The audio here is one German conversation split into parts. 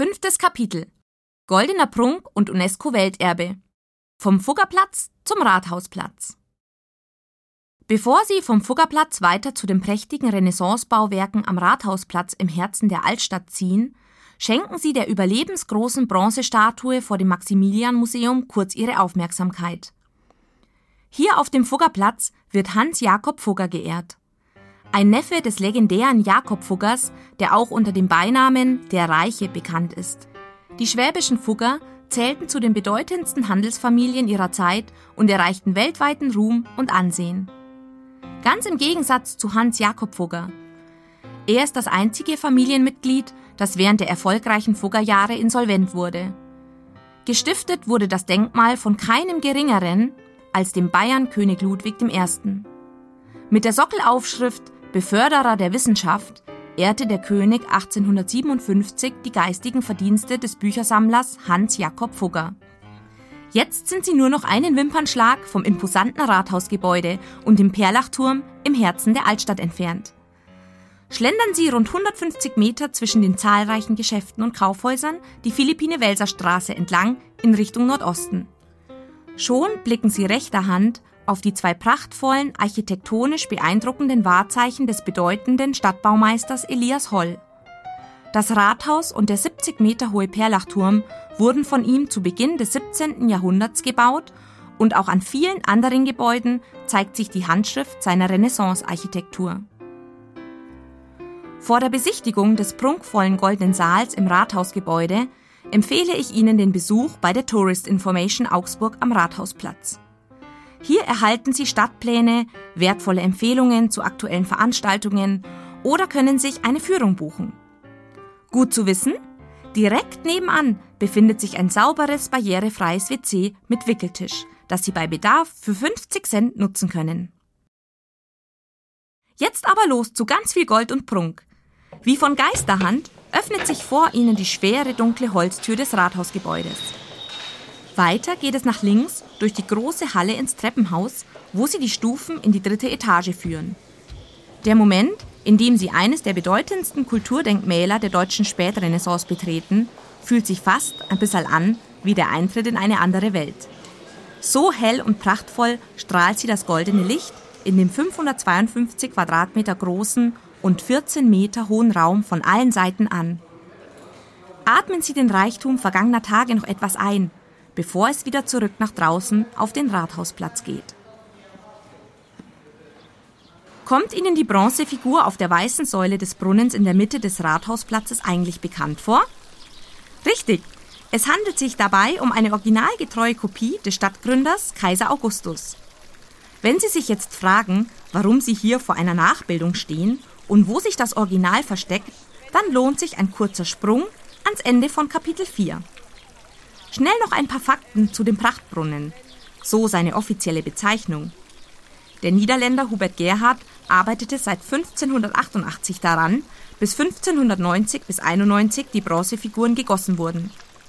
5. Kapitel: Goldener Prunk und UNESCO-Welterbe. Vom Fuggerplatz zum Rathausplatz. Bevor Sie vom Fuggerplatz weiter zu den prächtigen Renaissance-Bauwerken am Rathausplatz im Herzen der Altstadt ziehen, schenken Sie der überlebensgroßen Bronzestatue vor dem Maximilian-Museum kurz Ihre Aufmerksamkeit. Hier auf dem Fuggerplatz wird Hans Jakob Fugger geehrt. Ein Neffe des legendären Jakob Fuggers, der auch unter dem Beinamen der Reiche bekannt ist. Die schwäbischen Fugger zählten zu den bedeutendsten Handelsfamilien ihrer Zeit und erreichten weltweiten Ruhm und Ansehen. Ganz im Gegensatz zu Hans Jakob Fugger. Er ist das einzige Familienmitglied, das während der erfolgreichen Fuggerjahre insolvent wurde. Gestiftet wurde das Denkmal von keinem Geringeren als dem Bayern-König Ludwig I. Mit der Sockelaufschrift Beförderer der Wissenschaft ehrte der König 1857 die geistigen Verdienste des Büchersammlers Hans Jakob Fugger. Jetzt sind sie nur noch einen Wimpernschlag vom imposanten Rathausgebäude und dem Perlachturm im Herzen der Altstadt entfernt. Schlendern Sie rund 150 Meter zwischen den zahlreichen Geschäften und Kaufhäusern die Philippine-Welser-Straße entlang in Richtung Nordosten. Schon blicken Sie rechter Hand auf die zwei prachtvollen, architektonisch beeindruckenden Wahrzeichen des bedeutenden Stadtbaumeisters Elias Holl. Das Rathaus und der 70 Meter hohe Perlachturm wurden von ihm zu Beginn des 17. Jahrhunderts gebaut und auch an vielen anderen Gebäuden zeigt sich die Handschrift seiner Renaissance-Architektur. Vor der Besichtigung des prunkvollen Goldenen Saals im Rathausgebäude empfehle ich Ihnen den Besuch bei der Tourist Information Augsburg am Rathausplatz. Hier erhalten Sie Stadtpläne, wertvolle Empfehlungen zu aktuellen Veranstaltungen oder können sich eine Führung buchen. Gut zu wissen, direkt nebenan befindet sich ein sauberes, barrierefreies WC mit Wickeltisch, das Sie bei Bedarf für 50 Cent nutzen können. Jetzt aber los zu ganz viel Gold und Prunk. Wie von Geisterhand öffnet sich vor Ihnen die schwere, dunkle Holztür des Rathausgebäudes. Weiter geht es nach links durch die große Halle ins Treppenhaus, wo Sie die Stufen in die 3. Etage führen. Der Moment, in dem Sie eines der bedeutendsten Kulturdenkmäler der deutschen Spätrenaissance betreten, fühlt sich fast ein bisschen an wie der Eintritt in eine andere Welt. So hell und prachtvoll strahlt Sie das goldene Licht in dem 552 Quadratmeter großen und 14 Meter hohen Raum von allen Seiten an. Atmen Sie den Reichtum vergangener Tage noch etwas ein, bevor es wieder zurück nach draußen auf den Rathausplatz geht. Kommt Ihnen die Bronzefigur auf der weißen Säule des Brunnens in der Mitte des Rathausplatzes eigentlich bekannt vor? Richtig, es handelt sich dabei um eine originalgetreue Kopie des Stadtgründers Kaiser Augustus. Wenn Sie sich jetzt fragen, warum Sie hier vor einer Nachbildung stehen und wo sich das Original versteckt, dann lohnt sich ein kurzer Sprung ans Ende von Kapitel 4. Schnell noch ein paar Fakten zu dem Prachtbrunnen, so seine offizielle Bezeichnung. Der Niederländer Hubert Gerhard arbeitete seit 1588 daran, bis 1590 bis 91 die Bronzefiguren gegossen wurden.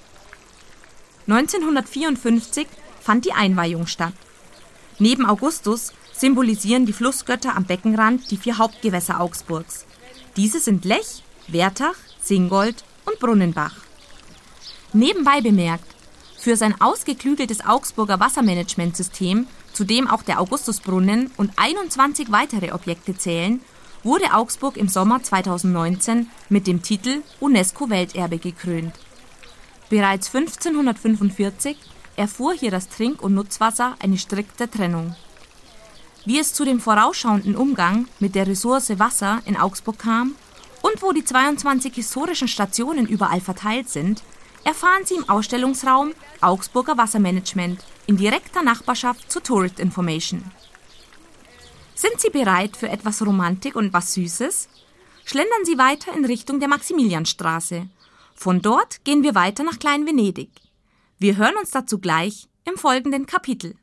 1954 fand die Einweihung statt. Neben Augustus symbolisieren die Flussgötter am Beckenrand die 4 Hauptgewässer Augsburgs. Diese sind Lech, Wertach, Singold und Brunnenbach. Nebenbei bemerkt, für sein ausgeklügeltes Augsburger Wassermanagementsystem, zu dem auch der Augustusbrunnen und 21 weitere Objekte zählen, wurde Augsburg im Sommer 2019 mit dem Titel UNESCO-Welterbe gekrönt. Bereits 1545 erfuhr hier das Trink- und Nutzwasser eine strikte Trennung. Wie es zu dem vorausschauenden Umgang mit der Ressource Wasser in Augsburg kam und wo die 22 historischen Stationen überall verteilt sind, erfahren Sie im Ausstellungsraum Augsburger Wassermanagement in direkter Nachbarschaft zu Tourist Information. Sind Sie bereit für etwas Romantik und was Süßes? Schlendern Sie weiter in Richtung der Maximilianstraße. Von dort gehen wir weiter nach Klein-Venedig. Wir hören uns dazu gleich im folgenden Kapitel.